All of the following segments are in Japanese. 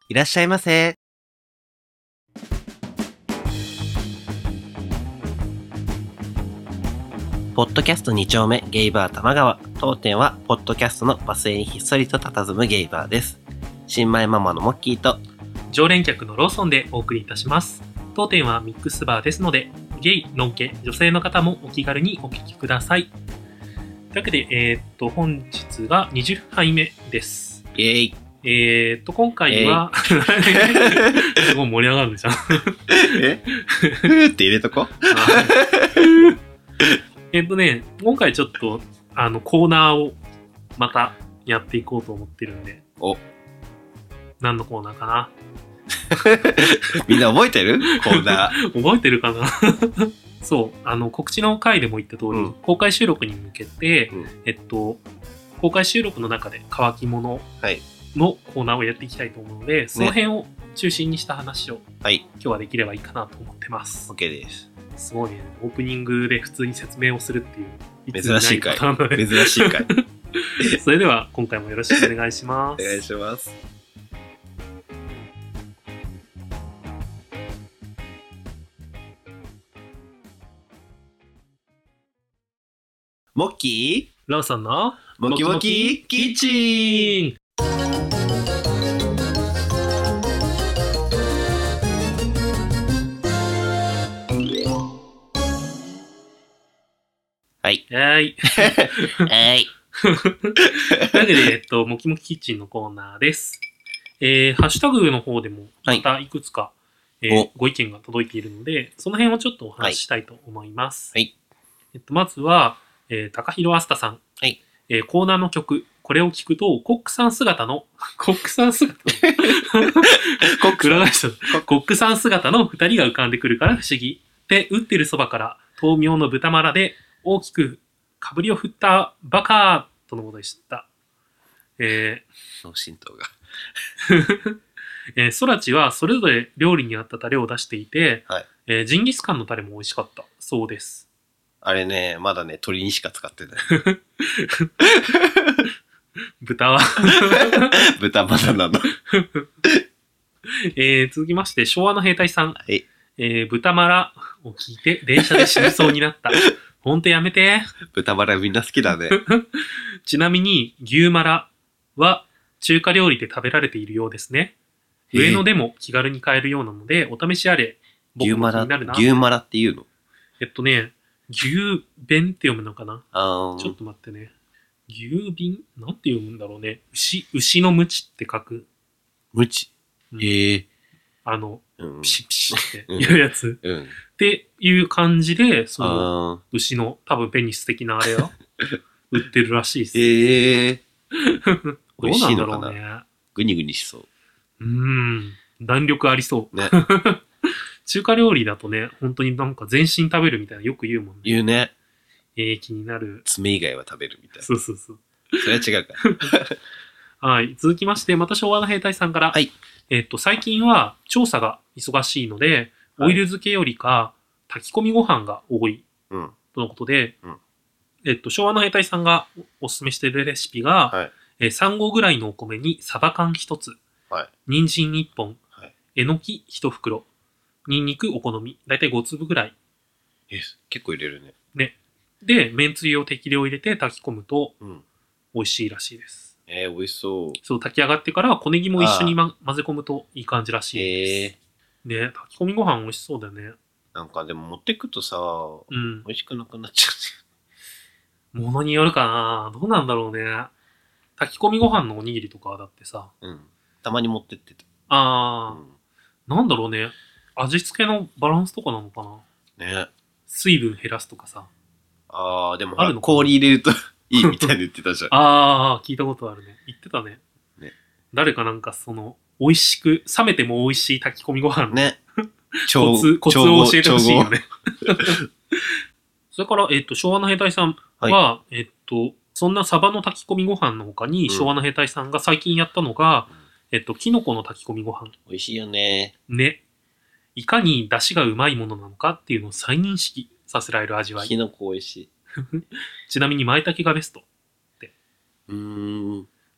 いらっしゃいませ。ポッドキャスト2丁目ゲイバー玉川。当店はポッドキャストのバス停にひっそりと佇むゲイバーです。新米ママのモッキーと常連客のローソンでお送りいたします。当店はミックスバーですので、ゲイ、ノンケ、女性の方もお気軽にお聞きください。というわけで、本日が20杯目です。 イエイ。 今回は、すごい盛り上がるじゃん。 ふーって入れとこ。 今回ちょっと、コーナーをまたやっていこうと思ってるんで。 お。 何のコーナーかな。 みんな覚えてるコーナー。 覚えてるかな。そう、告知の回でも言った通り、公開収録に向けて、公開収録の中で乾き物のコーナーをやっていきたいと思うので、その辺を中心にした話を、今日はできればいいかなと思ってます。 OK です。 すごいね。オープニングで普通に説明をするっていう。 珍しい回。珍しい回。 それでは今回もよろしくお願いします。 お願いします。モッキーローソンのモキモキキッチン。はい。 はい。 はい。 というわけで、モキモキキッチンのコーナーです。ハッシュタグの方でもまたいくつか、ご意見が届いているので、その辺をちょっとお話ししたいと思います。 はい。 まずは、高弘あすたさん。 はい。 コーナーの曲、これを聞くと、コックさん姿の裏返したコックさん姿の二人が浮かんでくるから不思議。で、打ってるそばから豆苗の豚マラで大きくかぶりを振ったバカーとのことでした。 脳震盪が。 ソラチはそれぞれ料理に合ったタレを出していて、 はい。 ジンギスカンのタレも美味しかったそうです。 あれね、まだね、鶏にしか使ってない。 豚は豚まだなの。 続きまして、昭和の兵隊さん。 はい。 豚マラを聞いて電車で死にそうになった。ほんとやめて。 豚バラみんな好きだね。 ちなみに、牛マラは中華料理で食べられているようですね。上野でも気軽に買えるようなので、お試しあれ。 牛マラっていうの？ 牛弁って読むのかな？ちょっと待ってね。牛便なんて読むんだろうね。牛のムチって書く。 ムチ？ ピシピシっていうやつ。っていう感じで、その、牛の多分ペニス的なあれを売ってるらしいです。 美味しいのかな？グニグニしそう。 弾力ありそう。ね。中華料理だとね、本当になんか全身食べるみたいなよく言うもんね。 言うね。 気になる。 爪以外は食べるみたいな。 そう。 それは違うか。 はい。続きまして、また昭和の兵隊さんから。 はい。 最近は調査が忙しいので、オイル漬けよりか炊き込みご飯が多い。とのことで、昭和の兵隊さんがおすすめしているレシピが、3合ぐらいのお米にサバ缶1つ、人参1本、えのき1袋、ニンニクお好み、だいたい5粒ぐらい。 結構入れるね。 ね。で、麺つゆを適量入れて炊き込むと、美味しいらしいです。 美味しそう。 そう、炊き上がってから小ネギも一緒に混ぜ込むといい感じらしいです。ね、炊き込みご飯美味しそうだよね。 なんかでも持ってくとさ、美味しくなくなっちゃうね。ものによるかな。どうなんだろうね。炊き込みご飯のおにぎりとかだってさ。 たまに持ってってた。 なんだろうね。味付けのバランスとかなのかな。 ね。 水分減らすとかさ。 でも氷入れるといいみたいに言ってたじゃん。 聞いたことあるね。言ってたね。誰かなんか美味しく、冷めても美味しい炊き込みご飯のね。コツを教えてほしいよね。それから、昭和の兵隊さんは、そんなサバの炊き込みご飯の他に、昭和の兵隊さんが最近やったのが、キノコの炊き込みご飯。 美味しいよね。 ね。いかに出汁がうまいものなのかっていうのを再認識させられる味わい。 キノコ美味しい。 ちなみに舞茸がベストって。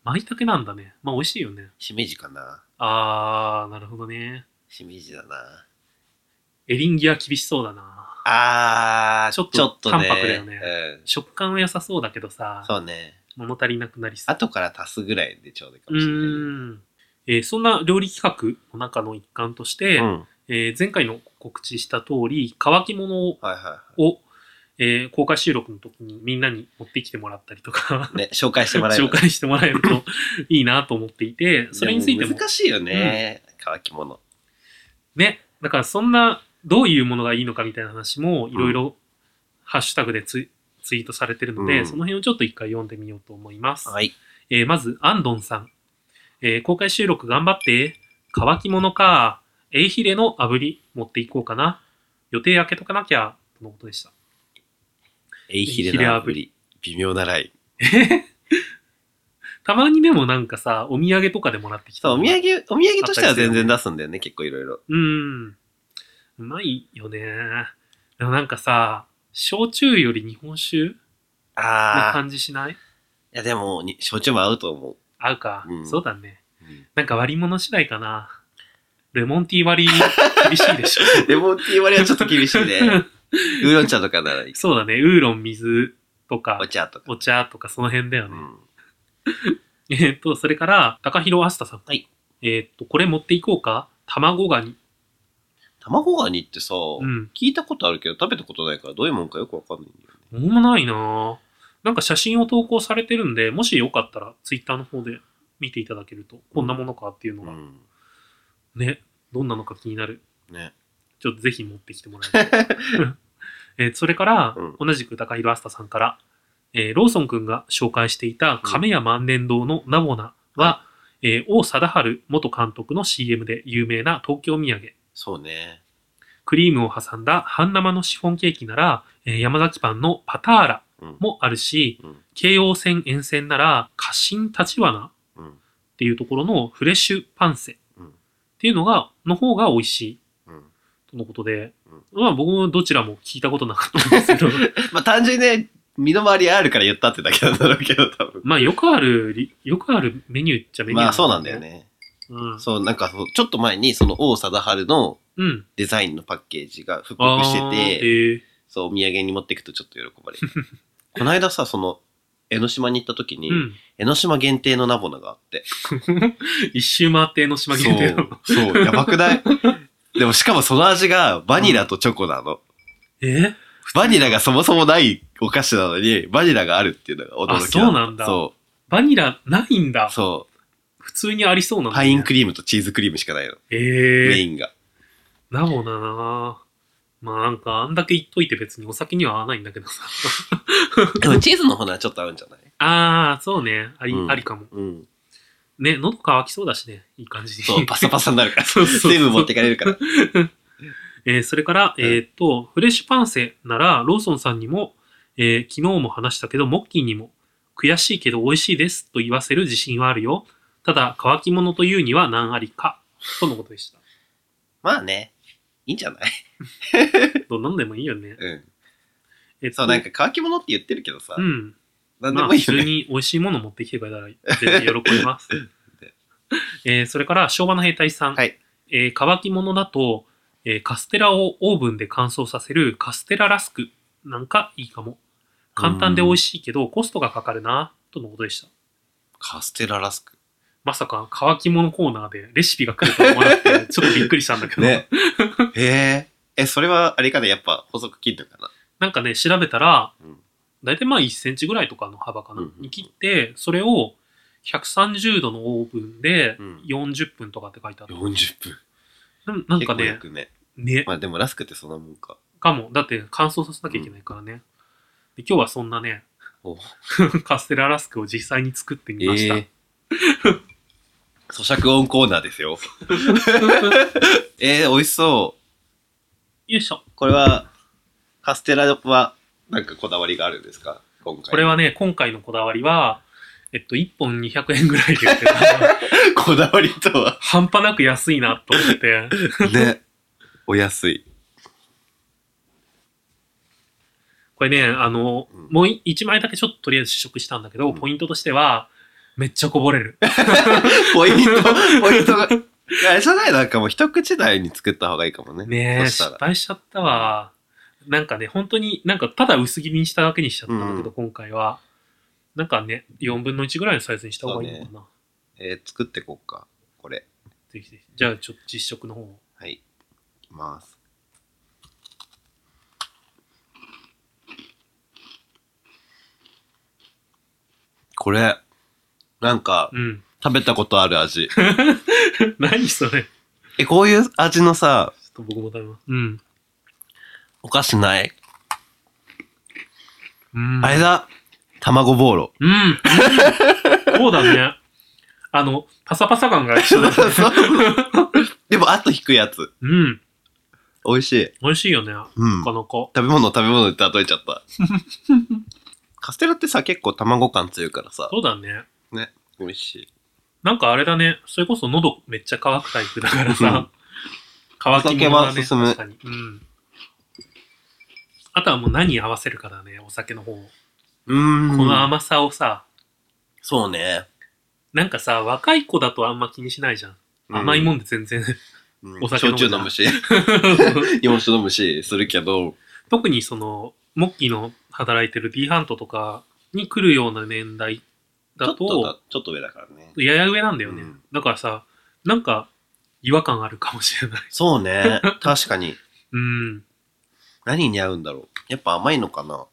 舞茸なんだね。まあ美味しいよね。 しめじかな。 なるほどね。 しめじだな。 エリンギは厳しそうだな。ちょっと淡白だよね。食感は良さそうだけどさ。 そうね。 物足りなくなりそう。 後から足すぐらいでちょうどいいかもしれない。 そんな料理企画の中の一環として、前回の告知した通り、乾き物を、公開収録の時にみんなに持ってきてもらったりとかね、紹介してもらえる。 紹介してもらえるといいなと思っていて、それについても。 難しいよね、乾き物。 ね、だからそんな、どういうものがいいのかみたいな話もいろいろハッシュタグでツイートされてるので、その辺をちょっと一回読んでみようと思います。 はい。 まず、アンドンさん。公開収録頑張って。乾き物か。エイヒレの炙り持っていこうかな。予定開けとかなきゃ、とのことでした。 エイヒレの炙り。微妙なライン。 たまにでもなんかさ、お土産とかでもらってきた。 そう、お土産としては全然出すんだよね、結構いろいろ。 うまいよね。でもなんかさ、焼酎より日本酒な感じしない？いやでも、焼酎も合うと思う。 合うか。そうだね。なんか割り物次第かな。レモンティー割り厳しいでしょ。 レモンティー割りはちょっと厳しいね。ウーロン茶とかならいい。 そうだね。ウーロン、水とか。 お茶とかその辺だよね。それから、高弘あすたさん。 はい。 これ持っていこうか。卵ガニ。 卵ガニってさ、聞いたことあるけど食べたことないからどういうもんかよくわかんないんだよね。 もうないな。なんか写真を投稿されてるんで、もしよかったらツイッターの方で見ていただけると、こんなものかっていうのが、ね、どんなのか気になる。 ね。 ちょっとぜひ持ってきてもらえる。それから、同じく高弘あすたさんから、ローソンくんが紹介していた亀屋万年堂のナボナは、王貞治元監督の CM で有名な東京土産。 そうね。 クリームを挟んだ半生のシフォンケーキなら、山崎パンのパターラもあるし、京王線沿線なら家臣立花っていうところのフレッシュパンセっていうの方が美味しいとのことで、まあ僕もどちらも聞いたことなかったんですけどまあ単純にね、身の回りあるから言ったってだけなんだろうけど、多分。 まあよくあるメニューっちゃメニューなんだよね。 まあそうなんだよね。そう、なんかちょっと前にその王貞治のデザインのパッケージが復刻してて、そう、お土産に持っていくとちょっと喜ばれる。この間さ、江ノ島に行った時に、江ノ島限定のナボナがあって。 一周回って江ノ島限定の。 そう、やばくない？でもしかもその味がバニラとチョコなの。バニラがそもそもないお菓子なのに、バニラがあるっていうのが驚きだった。 そうなんだ。そう。バニラないんだ。 そう。 普通にありそうなんだ、 パインクリームとチーズクリームしかないの。メインが。 ナボナな。まあなんかあんだけ言っといて別にお酒には合わないんだけどさ。 でもチーズの方はちょっと合うんじゃない？ そうね。ありかも。ね、喉乾きそうだしね。いい感じに。 そう、パサパサになるから。全部持ってかれるから。 それから、フレッシュパンセなら、ローソンさんにも、昨日も話したけど、モッキーにも、悔しいけど美味しいですと言わせる自信はあるよ。ただ、乾き物というには何ありか。とのことでした。 まあね、いいんじゃない？ どんなんでもいいよね。 そう、なんか乾き物って言ってるけどさ。 なんでもいいよね。普通に美味しいもの持ってきてくれたら全然喜びます。それから、昭和の兵隊さん。乾き物だと、カステラをオーブンで乾燥させるカステララスクなんかいいかも。簡単で美味しいけどコストがかかるな、とのことでした。 カステララスク。 まさか乾き物コーナーでレシピが来るとは思わなくて、ちょっとびっくりしたんだけど。ね。 それはあれかね、やっぱ細く切るのかな。 なんかね、調べたら、だいたいまあ1センチぐらいとかの幅かな。に切って、それを130度のオーブンで40分とかって書いてあった。 40分。 なんかね。 ね。まあでもラスクってそんなもんか。 かも。だって乾燥させなきゃいけないからね。で今日はそんなね、カステララスクを実際に作ってみました。 咀嚼音コーナーですよ。美味しそう。 よいしょ。 これは、カステラはなんかこだわりがあるんですか？今回。 これはね、今回のこだわりは、1本200円ぐらいですけど、 こだわりとは半端なく安いなと思って。 ね。お安い。 これね、もう1枚だけちょっととりあえず試食したんだけど、ポイントとしては、 めっちゃこぼれる。 ポイントが。あれじゃないなんかもう一口大に作った方がいいかもね。 ねえ、失敗しちゃったわ。なんかね、本当になんかただ薄切りにしただけにしちゃったんだけど、今回は。なんかね、4分の1ぐらいのサイズにした方がいいのかな。 作ってこっか、これ。 ぜひぜひ。じゃあちょっと実食の方を。 はい。いきます。これ、なんか、食べたことある味。 何それ。 こういう味のさ、 ちょっと僕も食べます。 お菓子ない？あれだ。卵ボーロ。 そうだね。パサパサ感が一緒だね。 でも、あと引くやつ。美味しい。 美味しいよね。なかなか。 食べ物って例えちゃった。カステラってさ、結構卵感強いからさ。 そうだね。 ね。美味しい。 なんかあれだね。それこそ喉めっちゃ乾くタイプだからさ。乾き物だね。 進む。 確かに。あとはもう何合わせるかだね。お酒の方。この甘さをさ。 そうね。 なんかさ、若い子だとあんま気にしないじゃん。甘いもんで全然、 お酒飲む。焼酎飲むし。日本酒飲むし、するけど。 特にモッキーの働いてる D ハントとかに来るような年代だと、 ちょっと上だからね。 やや上なんだよね。だからさ、なんか違和感あるかもしれない。 そうね。確かに。何に合うんだろう。やっぱ甘いのかな。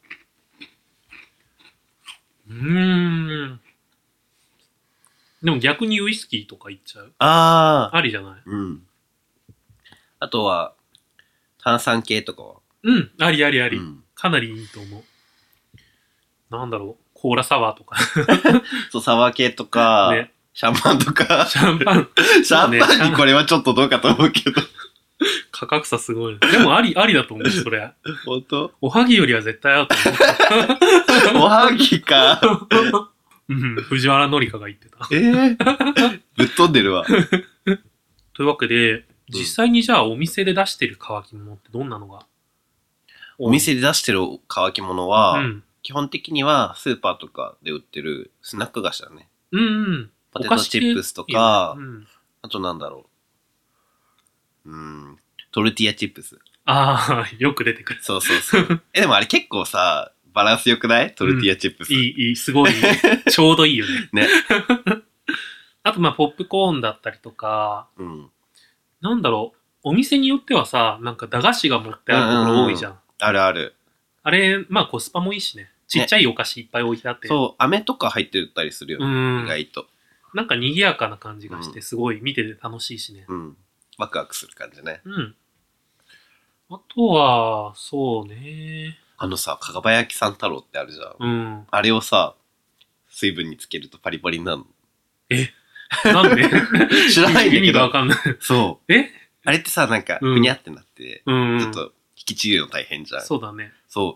でも逆にウイスキーとかいっちゃう。 ありじゃない？ あとは、炭酸系とかは。 あり。かなりいいと思う。なんだろう、コーラサワーとか。 そう、サワー系とか、ね、シャンパンとか。 シャンパンにこれはちょっとどうかと思うけど。 価格差すごい。でもありだと思う、それ。 本当？ おはぎよりは絶対合うと思う。おはぎか。 藤原紀香が言ってた。 ぶっ飛んでるわ。 というわけで、実際にじゃあお店で出してる乾き物ってどんなのが？ お店で出してる乾き物は、基本的にはスーパーとかで売ってるスナック菓子だね。ポテトチップスとか、あとなんだろう。トルティーヤチップス。 よく出てくる。 そう。でもあれ結構さ、バランス良くない？トルティーヤチップス。 いい、すごい。ちょうどいいよね。 ね。 あとポップコーンだったりとか、なんだろう、お店によってはさ、なんか駄菓子が持ってあるところ多いじゃん。 あるある。 あれ、コスパもいいしね。ちっちゃいお菓子いっぱい置いてあって。 そう、飴とか入ってたりするよね。意外と。 なんか賑やかな感じがして、すごい見てて楽しいしね。 ワクワクする感じね。 あとは、そうね。 さ、かがば焼き三太郎ってあるじゃん。あれをさ、水分につけるとパリパリになるの。 なんで？ 知らないんだけど。 意味がわかんない。 そう。あれってさ、なんか、ふにゃってなって、ちょっと引きちぎるの大変じゃん。 そうだね。 そう。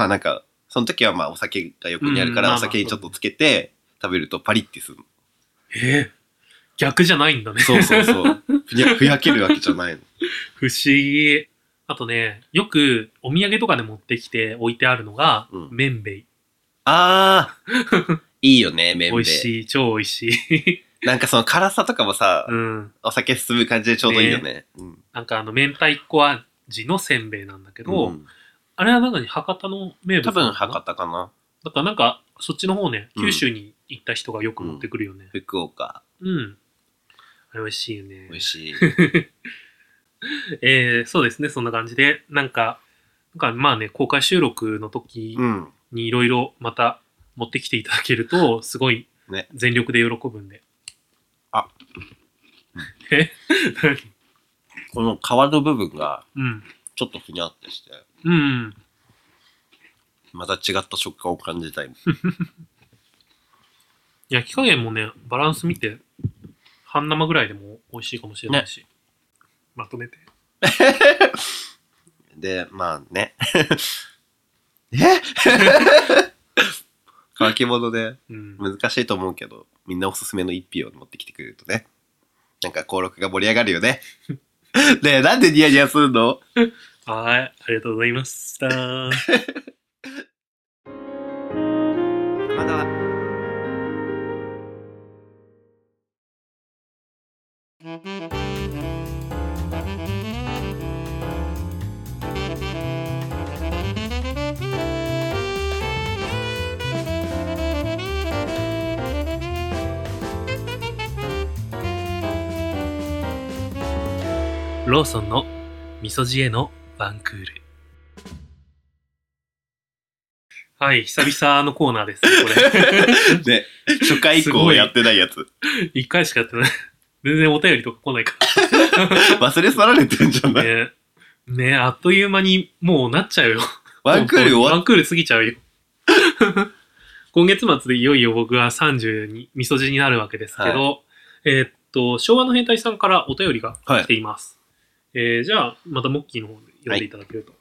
なんか、その時はお酒が横にあるから、お酒にちょっとつけて食べるとパリってするの。 逆じゃないんだね。 そう。ふやけるわけじゃないの。 不思議。あとね、よくお土産とかで持ってきて置いてあるのが、麺べい。 いいよね、麺べい。 美味しい、超美味しい。 なんかその辛さとかもさ、お酒進む感じでちょうどいいよね。 なんか明太子味のせんべいなんだけど、あれはなんか博多の名物多分博多かな。 だからなんか、そっちの方ね、九州に行った人がよく持ってくるよね。 福岡。 あれ美味しいよね。 美味しい。 そうですね、そんな感じで、なんか公開収録の時にいろいろまた持ってきていただけると、すごい全力で喜ぶんで。何？ この皮の部分が、ちょっとふにゃってして、また違った食感を感じたい。 焼き加減もね、バランス見て、半生ぐらいでも美味しいかもしれないし。まとめて。 で、乾き物で難しいと思うけど、みんなおすすめの一品を持ってきてくれるとね、なんか登録が盛り上がるよね。ねえ、なんでニヤニヤするの？ はい、ありがとうございました。まだ。 ローソンの味噌汁へのワンクール。はい、久々のコーナーですね、これ。ね、初回以降やってないやつ。 一回しかやってない。全然お便りとか来ないから。忘れ去られてんじゃない？ ね、あっという間にもうなっちゃうよ。 ワンクール終わっワンクール過ぎちゃうよ。今月末でいよいよ僕は30に味噌汁になるわけですけど、はい、昭和の兵隊さんからお便りが来ています。はい、じゃあ、またモッキーの方で読んでいただけると。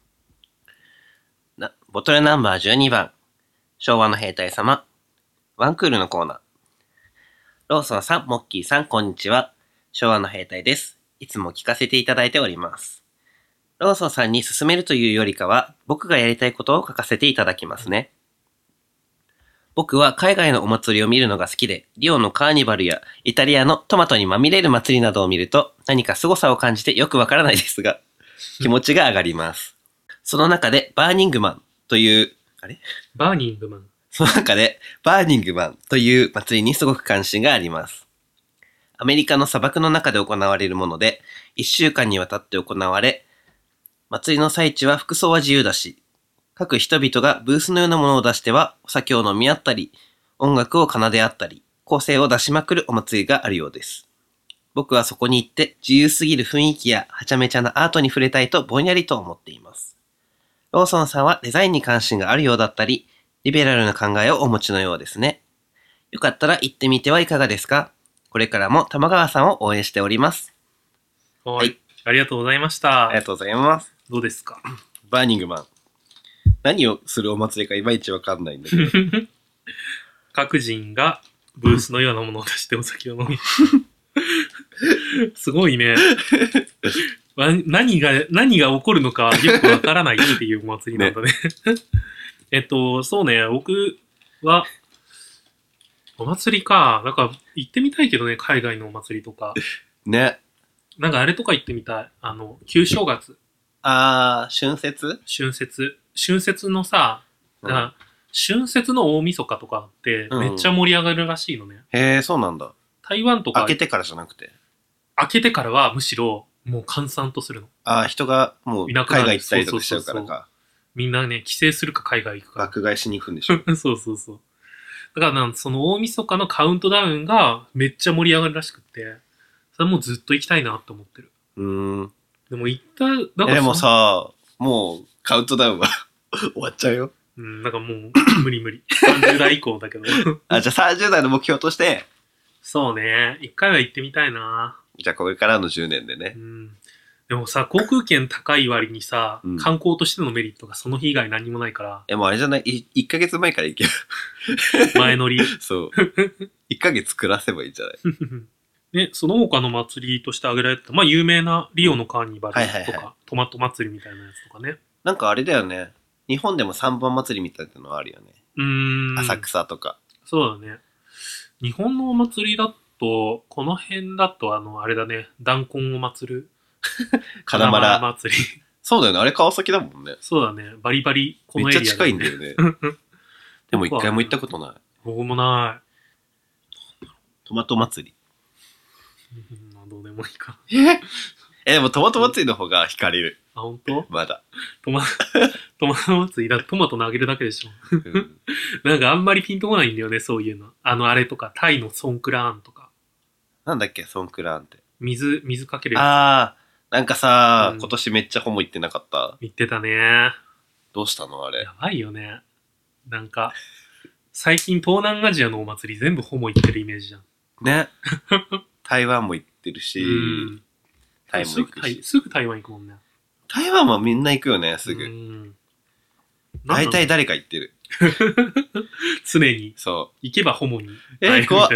はい、ボトルナンバー12番。昭和の兵隊様。ワンクールのコーナー。ローソンさん、モッキーさん、こんにちは。昭和の兵隊です。いつも聞かせていただいております。ローソンさんに勧めるというよりかは、僕がやりたいことを書かせていただきますね。僕は海外のお祭りを見るのが好きで、リオのカーニバルやイタリアのトマトにまみれる祭りなどを見ると、何か凄さを感じてよくわからないですが、気持ちが上がります。その中で、バーニングマンという、 バーニングマン。 その中で、バーニングマンという祭りにすごく関心があります。アメリカの砂漠の中で行われるもので、1週間にわたって行われ、祭りの最中は服装は自由だし、各人々がブースのようなものを出しては、お酒を飲み合ったり、音楽を奏で合ったり、個性を出しまくるお祭りがあるようです。僕はそこに行って自由すぎる雰囲気やはちゃめちゃなアートに触れたいとぼんやりと思っています。ローソンさんはデザインに関心があるようだったり、リベラルな考えをお持ちのようですね。よかったら行ってみてはいかがですか？これからも玉川さんを応援しております。 はい。ありがとうございました。 ありがとうございます。 どうですか？ バーニングマン。何をするお祭りかいまいちわかんないんだけど。 各人がブースのようなものを出してお酒を飲み。すごいね。何が起こるのかよくわからないっていうお祭りなんだね。そうね、僕は、お祭りか。なんか行ってみたいけどね、海外のお祭りとか。 ね。 なんかあれとか行ってみたい。旧正月。 春節春節のさ、春節の大晦日とかってめっちゃ盛り上がるらしいのね。 へえ、そうなんだ。 台湾とか。 開けてからじゃなくて。 開けてからはむしろもう閑散とするの。 人がもう海外行ったりとかしちゃうからか。 みんなね、帰省するか海外行くか。 爆買いしに行くんでしょ。 そうそうそう。だからその大晦日のカウントダウンがめっちゃ盛り上がるらしくって、それもうずっと行きたいなって思ってる。でもでもさ、もうカウントダウンは終わっちゃうよ。 だからもう無理。30代以降だけど。 じゃあ30代の目標として。 そうね。一回は行ってみたいな。 じゃあこれからの10年でね。 でもさ、航空券高い割にさ、観光としてのメリットがその日以外何もないから。 もうあれじゃない、1ヶ月前から行けよ。 前乗り。 そう。1ヶ月暮らせばいいんじゃないね、その他の祭りとして挙げられた、有名なリオのカーニバルとか、トマト祭りみたいなやつとかね。 なんかあれだよね。日本でも三本祭りみたいなのあるよね。浅草とか。 そうだね。日本のお祭りだと、この辺だとあれだね、弾痕を祭る。 金丸祭り。 そうだよね。あれ川崎だもんね。 そうだね。バリバリこのエリア、めっちゃ近いんだよね。でも一回も行ったことない。 僕もない。 トマト祭り。 どうでもいいか。 でもトマト祭りの方が惹かれる。 あ、本当？ まだ。 トマト祭りだ。トマト投げるだけでしょ。なんかあんまりピンとこないんだよね、そういうの。あれとか、タイのソンクラーンとか。 なんだっけ、ソンクラーンって。 水かけるやつ。なんかさ、今年めっちゃホモ行ってなかった？ 行ってたね。 どうしたのあれ。 やばいよね。なんか、最近東南アジアのお祭り全部ホモ行ってるイメージじゃん。 ね。台湾も行ってるし、タイも行くし。 すぐ台湾行くもんね。 台湾はみんな行くよね、すぐ。大体誰か行ってる。 常に。 そう。 行けばホモに。 怖っ。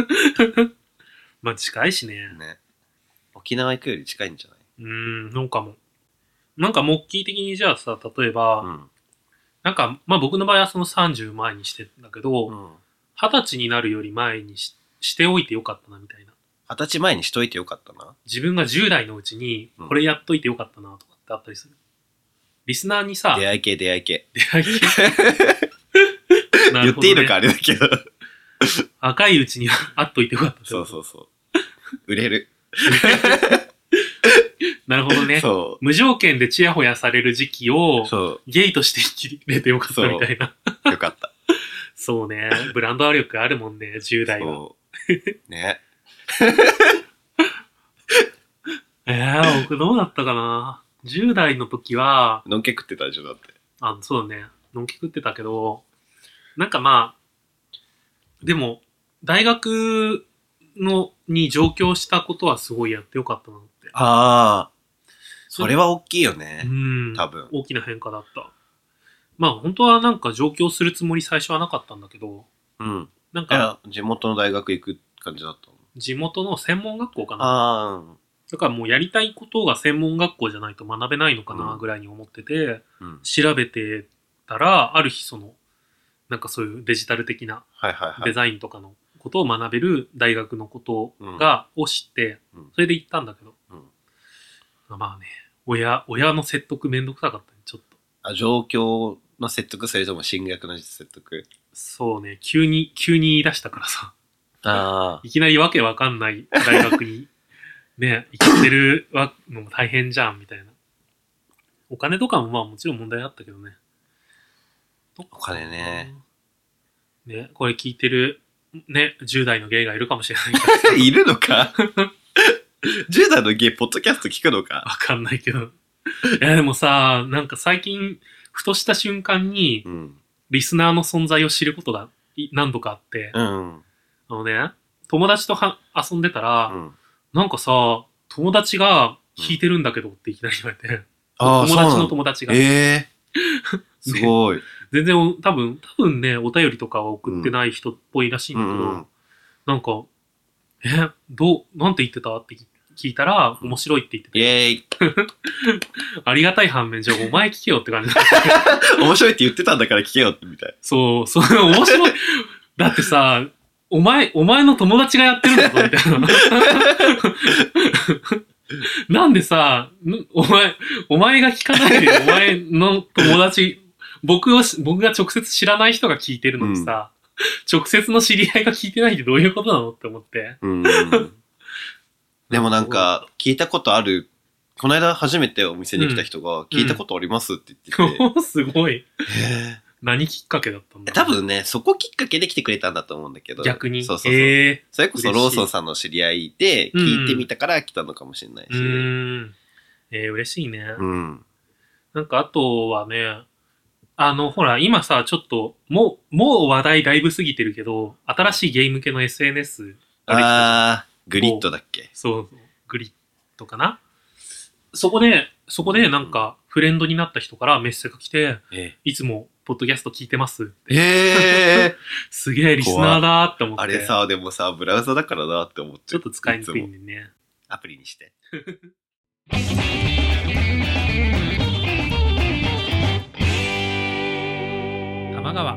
近いしね。 沖縄行くより近いんじゃない？ なんかも。なんか、モッキー的にじゃあさ、例えば、なんか、僕の場合はその30前にしてんだけど、20歳になるより前にしておいてよかったな、みたいな。 20歳前にしといてよかったな。 自分が10代のうちに、これやっといてよかったなとかってあったりする。リスナーにさ、 出会い系。 出会い系。 言っていいのかあれだけど。 若いうちに会っといてよかった。 そう。売れる。 なるほどね。無条件でチヤホヤされる時期を、ゲイとして生きれてよかったみたいな。 よかった。 そうね。ブランド力あるもんね、10代は。 ね。 僕どうだったかな。10代の時は、 のんけ食ってたでしょ、だって。 そうだね。のんけ食ってたけど、なんかまあ、でも、大学に上京したことはすごいやってよかったなって。 ああ。それは大きいよね。多分。 大きな変化だった。まあ本当はなんか上京するつもり最初はなかったんだけど、 なんか地元の大学行く感じだったの？ 地元の専門学校かな。だからもうやりたいことが専門学校じゃないと学べないのかなぐらいに思ってて、調べてたら、ある日なんかそういうデジタル的なデザインとかのことを学べる大学のことを知って、それで行ったんだけど、まあね、親の説得めんどくさかったね、ちょっと。 状況の説得、それとも進学の説得？ そうね、急に言い出したからさ。いきなりわけわかんない大学にね、行ってるのも大変じゃん、みたいな。お金とかもまあもちろん問題あったけどね。 お金ね。 ね、これ聞いてる、ね、10代のゲイがいるかもしれないから。いるのか10代のゲイ、ポッドキャスト聞くのかわかんないけど。いや、でもさ、なんか最近、ふとした瞬間に、リスナーの存在を知ることが何度かあって、友達と遊んでたら、なんかさ、友達が弾いてるんだけどっていきなり言われて、友達の友達が。 すごい。 全然多分ね、お便りとかは送ってない人っぽいらしいんだけど、なんか、なんて言ってたって聞いたら、面白いって言ってた。 イェーイありがたい反面、じゃあお前聞けよって感じだ面白いって言ってたんだから聞けよってみたい。 そう、面白い。だってさ、お前の友達がやってるんだぞ、みたいな。なんでさ、お前が聞かないで、お前の友達、僕が直接知らない人が聞いてるのにさ、直接の知り合いが聞いてないってどういうことなのって思って。 でもなんか、聞いたことある、この間初めてお店に来た人が、聞いたことありますって言ってて。 すごい。何きっかけだったんだ？ 多分ね、そこきっかけで来てくれたんだと思うんだけど。 逆に。 そう。それこそローソンさんの知り合いで、聞いてみたから来たのかもしれないし。 嬉しいね。なんかあとはね、ほら、今さ、ちょっと、もう話題だいぶ過ぎてるけど、新しいゲーム系の SNS グリッドだっけ？ そう、グリッドかな？そこでなんか、フレンドになった人からメッセが来て、いつも、ポッドキャスト聞いてますって。すげえ、リスナーだーって思って。 あれさ、でもさ、ブラウザだからなって思って。 ちょっと使いにくいんでね。 アプリにして。 玉川。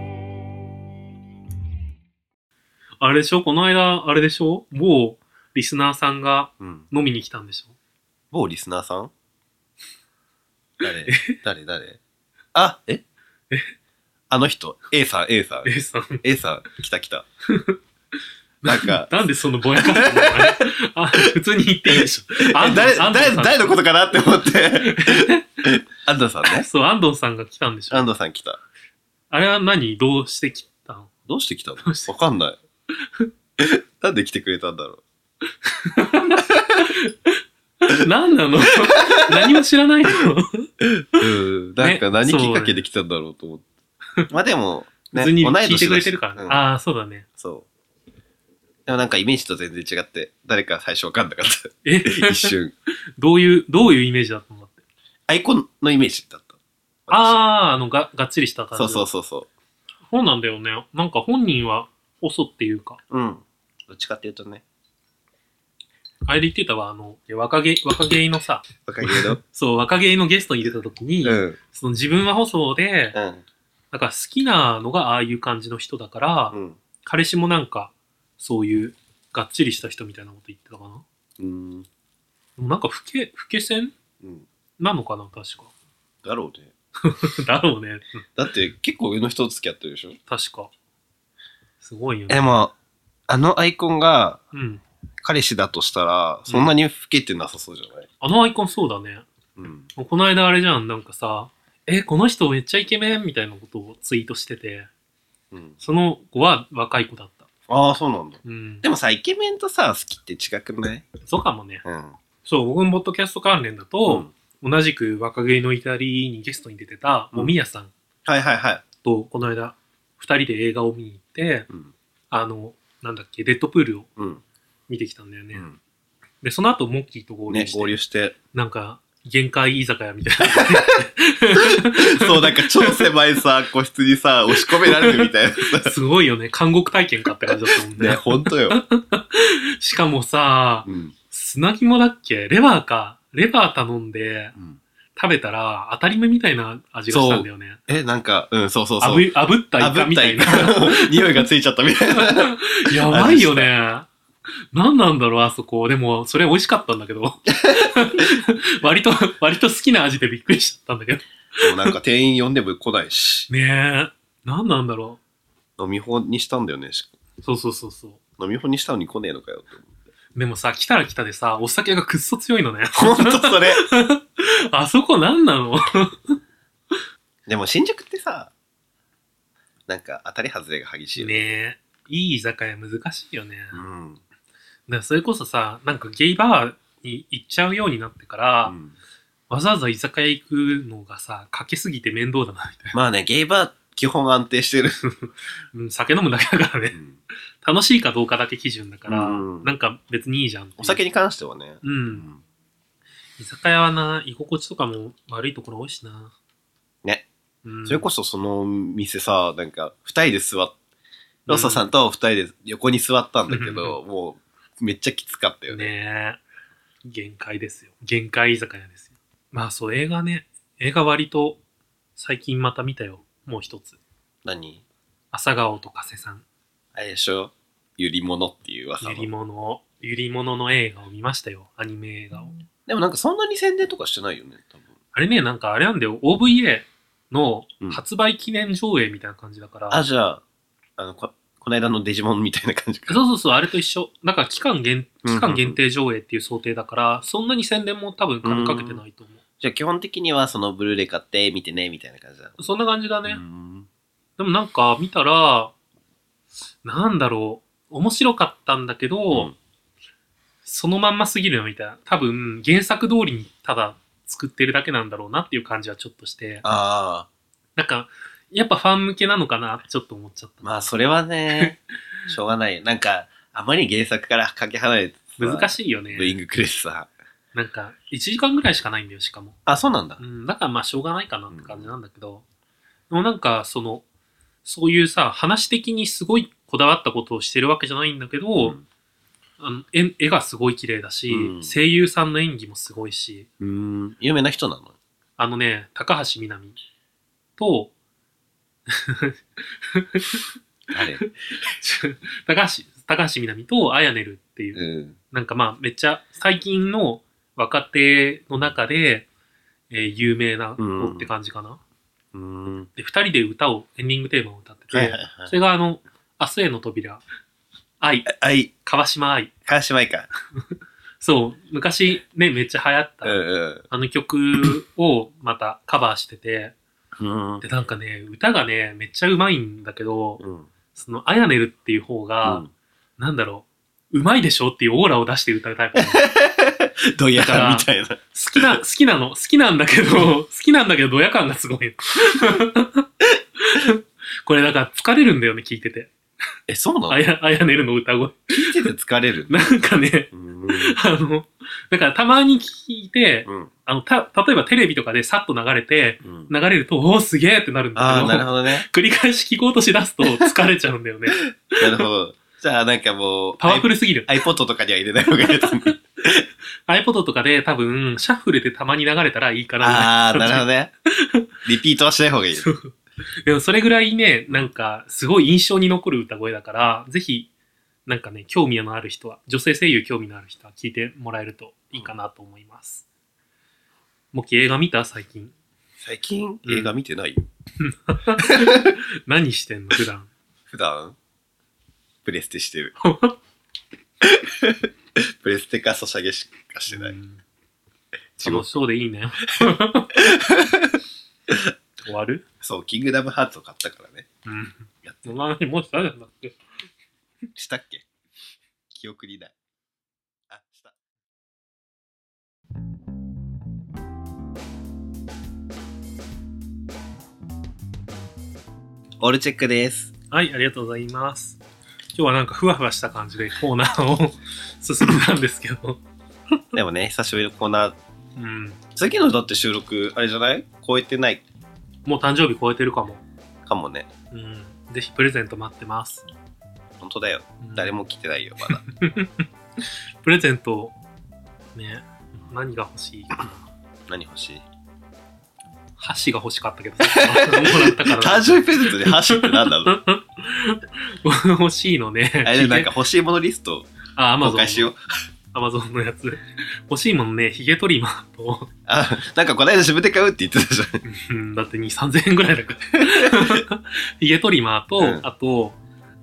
あれでしょ？この間、あれでしょ？某リスナーさんが飲みに来たんでしょ？ 某リスナーさん？誰あの人、A さん、来た。なんか。 なんでそのぼやかすの？普通に言っていいでしょ。 誰のことかなって思って。安藤さんね。 そう、安藤さんが来たんでしょ。 安藤さん来た。 あれはどうして来たの？ どうして来たの？わかんない。なんで来てくれたんだろう。何なの？何も知らないの？ なんか何きっかけで来たんだろうと思って。まあでも、 ね、同い年聞いてくれてるからね。ああ、そうだね。 そう。でもなんかイメージと全然違って、誰か最初わかんなかった。一瞬。 どういうイメージだったのだって。 アイコンのイメージだった。 がっちりした感じ。 そう。 そうなんだよね。なんか本人は、遅っていうか。 どっちかっていうとね。 あれで言ってたわ、若芸のさ。 若芸のそう、若芸のゲストに出た時に、その自分は細で、なんか好きなのがああいう感じの人だから、彼氏もなんか、そういうがっちりした人みたいなこと言ってたかな。でもなんか老け線、なのかな、確か。 だろうね。 だろうね。 だって結構上の人と付き合ってるでしょ。 確か。すごいよね。 でも、あのアイコンが、彼氏だとしたら、そんなに老けてなさそうじゃない？ あのアイコンそうだね。この間あれじゃん、なんかさ、この人めっちゃイケメンみたいなことをツイートしてて、その子は若い子だった。 ああ、そうなんだ。でもさ、イケメンとさ、好きって違くない？ そうかもね。そう、僕のポッドキャスト関連だと、同じく若気の至りにゲストに出てた、もみやさん。と、この間、二人で映画を見に行って、なんだっけ、デッドプールを見てきたんだよね。で、その後、モッキーと合流して、なんか、限界居酒屋みたいな。そう、なんか超狭いさ、個室にさ、押し込められるみたいな。 すごいよね。監獄体験かって感じだったもんね。 ね、ほんとよ。 しかもさ、砂肝だっけ？レバー頼んで、食べたら当たり目みたいな味がしたんだよね。 なんか、そう。 炙ったイカみたいな。 匂いがついちゃったみたいな。 やばいよね。何なんだろう、あそこ。でも、それ美味しかったんだけど。割と好きな味でびっくりしちゃったんだけど。 でもなんか店員呼んでも来ないし。 ねえ。何なんだろう。飲み放にしたんだよね。 そう。 飲み放にしたのに来ねえのかよって思って。 でもさ、来たら来たでさ、お酒がくっそ強いのね。 ほんとそれ。 あそこ何なの？ でも新宿ってさ、なんか当たり外れが激しいよね。 ねえ。いい居酒屋難しいよね。だからそれこそさ、なんかゲイバーに行っちゃうようになってから、わざわざ居酒屋行くのがさ、かけすぎて面倒だなみたいな。 まあね、ゲイバー基本安定してる。 酒飲むだけだからね。楽しいかどうかだけ基準だから、なんか別にいいじゃん。 お酒に関してはね。 居酒屋はな、居心地とかも悪いところ多いしな。 ね。それこそその店さ、なんか二人でロッサさんと二人で横に座ったんだけど、もうめっちゃきつかったよね。 ねえ。限界ですよ。限界居酒屋ですよ。まあそう、映画割と最近また見たよ。もう一つ。 何？ 朝顔と加瀬さん。 あれでしょ？ゆりものっていう噂の。 ゆりものの映画を見ましたよ。アニメ映画を。 でもなんかそんなに宣伝とかしてないよね、多分。 あれね、なんかあれなんだよ。OVA の発売記念上映みたいな感じだから。 じゃあ、この間のデジモンみたいな感じか。 そう、あれと一緒。なんか期間限定上映っていう想定だから、そんなに宣伝も多分金かけてないと思う。 じゃあ基本的にはそのブルーレイ買って見てね、みたいな感じだ。 そんな感じだね。でもなんか見たら、なんだろう、面白かったんだけど、そのまんますぎるのみたいな。多分原作通りにただ作ってるだけなんだろうなっていう感じはちょっとして。なんか、やっぱファン向けなのかなってちょっと思っちゃった。 まあそれはね、しょうがないよ。なんか、あまり原作からかけ離れて難しいよね。 ブイングくれてさ。 なんか、1時間ぐらいしかないんだよ、しかも。 そうなんだ。 だからまあしょうがないかなって感じなんだけど。でもなんか、そういうさ、話的にすごいこだわったことをしてるわけじゃないんだけど、絵がすごい綺麗だし、声優さんの演技もすごいし。 有名な人なの？ 高橋みなみと、 あれ高橋みなみとあやねるっていう、なんかまあめっちゃ最近の若手の中で、有名な子って感じかな。で、二人でエンディングテーマを歌ってて、それが明日への扉、川島愛。 川島愛か。 そう、昔ね、めっちゃ流行った、あの曲をまたカバーしてて、で、なんかね、歌がね、めっちゃうまいんだけど、その、あやねるっていう方が、なんだろう、うまいでしょっていうオーラを出して歌うタイプなの。 ドヤ感みたいな。 好きなんだけど、ドヤ感がすごい。これだから疲れるんだよね、聞いてて。 そうなの？ あやねるの歌声。 聞いてて疲れる？ なんかね、だからたまに聞いて、例えばテレビとかでさっと流れると、おーすげーってなるんだけど、 なるほどね。 繰り返し聞こうとしだすと疲れちゃうんだよね。 なるほど。じゃあなんかもう、 パワフルすぎる。 iPod とかには入れない方がいいですね。 iPod とかで多分、シャッフルでたまに流れたらいいかな。 なるほどね。リピートはしない方がいい。 でもそれぐらいね、なんか、すごい印象に残る歌声だから、ぜひ、 なんかね、興味のある人は、女性声優興味のある人は聞いてもらえるといいかなと思います。モッキー映画見た最近。 最近映画見てないよ。 何してんの普段。 普段プレステしてる。プレステかソシャゲしかしてない。 楽しそうでいいね。終わる？ そう、キングダムハーツを買ったからね。 やってる。何もしたじゃんだって。 したっけ？記憶にない。あ、した。オールチェックです。 はい、ありがとうございます。今日はなんかふわふわした感じでコーナーを進めたんですけど。 でもね、久しぶりのコーナー。次のだって収録、あれじゃない？超えてない。 もう誕生日超えてるかも。 かもね。 ぜひプレゼント待ってます。 本当だよ。誰も来てないよ、まだ。 プレゼント、ね、何が欲しいかな。 何欲しい？ 箸が欲しかったけど、もらったから。 誕生日プレゼントで箸って何なの？ 欲しいのね。 あれでなんか欲しいものリスト公開しよう。 アマゾンのやつ。欲しいものね、ヒゲトリマーと。 なんかこの間自分で買うって言ってたじゃん。だって2、3000円ぐらいだから。ヒゲトリマーと、あと、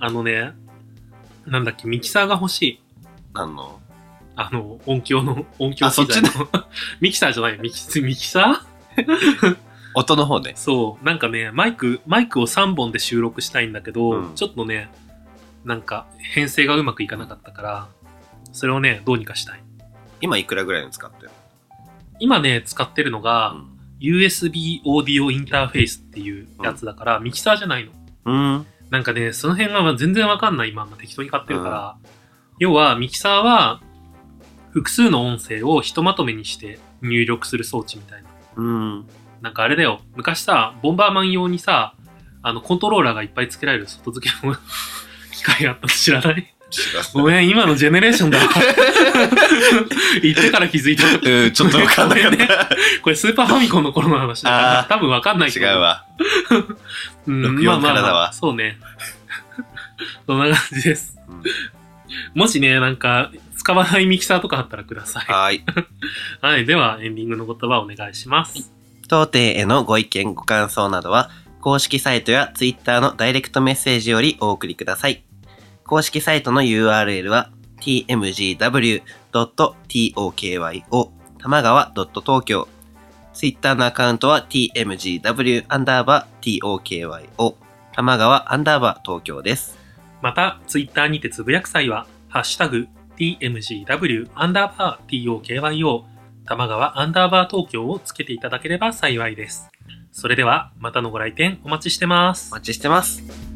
なんだっけ、ミキサーが欲しい。 何の？ 音響そっちのミキサーじゃないミキサー音の方ね。 そう。なんかね、マイクを3本で収録したいんだけど、ちょっとね、なんか編成がうまくいかなかったから、それをね、どうにかしたい。 今いくらぐらいの使ってるの？ 今ね、使ってるのが、USB オーディオインターフェースっていうやつだから、ミキサーじゃないの。なんかね、その辺が全然わかんない今、適当に買ってるから、要はミキサーは、複数の音声をひとまとめにして入力する装置みたいな。なんかあれだよ、昔さ、ボンバーマン用にさ、コントローラーがいっぱい付けられる外付けの機械があったの知らない？ごめん、今のジェネレーションだ。言ってから気づいた。 ちょっとわかんないよね。 これスーパーファミコンの頃の話だから、多分わかんないけど。 違うわ。64からだわ。 そうね。そんな感じです。もしね、なんか、使わないミキサーとかあったらください。 はい。 はい。では、エンディングの言葉をお願いします。 当店へのご意見、ご感想などは、公式サイトやツイッターのダイレクトメッセージよりお送りください。公式サイトの URL は tmgw.tokyo 玉川 .tokyo。ツイッターのアカウントは tmgw_tokyo 玉川_東京です。 また、ツイッターにてつぶやく際は、ハッシュタグ tmgw_tokyo 玉川東京をつけていただければ幸いです。それでは、またのご来店お待ちしてます。 お待ちしてます。